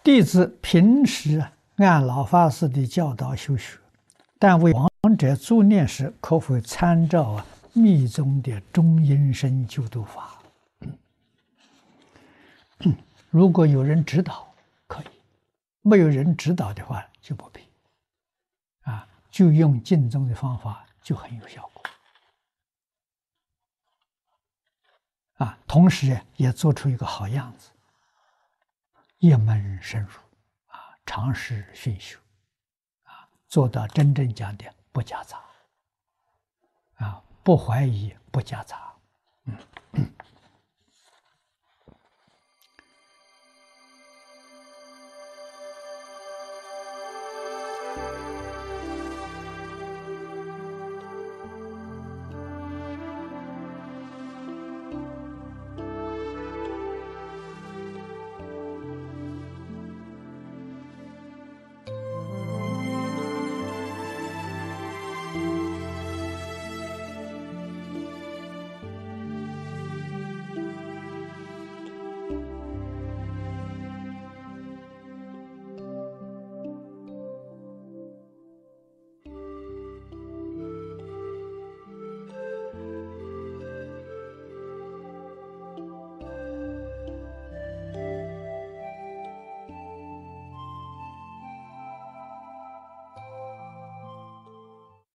弟子平时按老法师的教导修学，但为亡者助念时，可否参照密宗的中阴身救度法？如果有人指导，可以；没有人指导的话，就不必。就用净宗的方法，就很有效果。同时也做出一个好样子，一门深入，长时熏修，做到真正讲的不夹杂，不怀疑，不夹杂。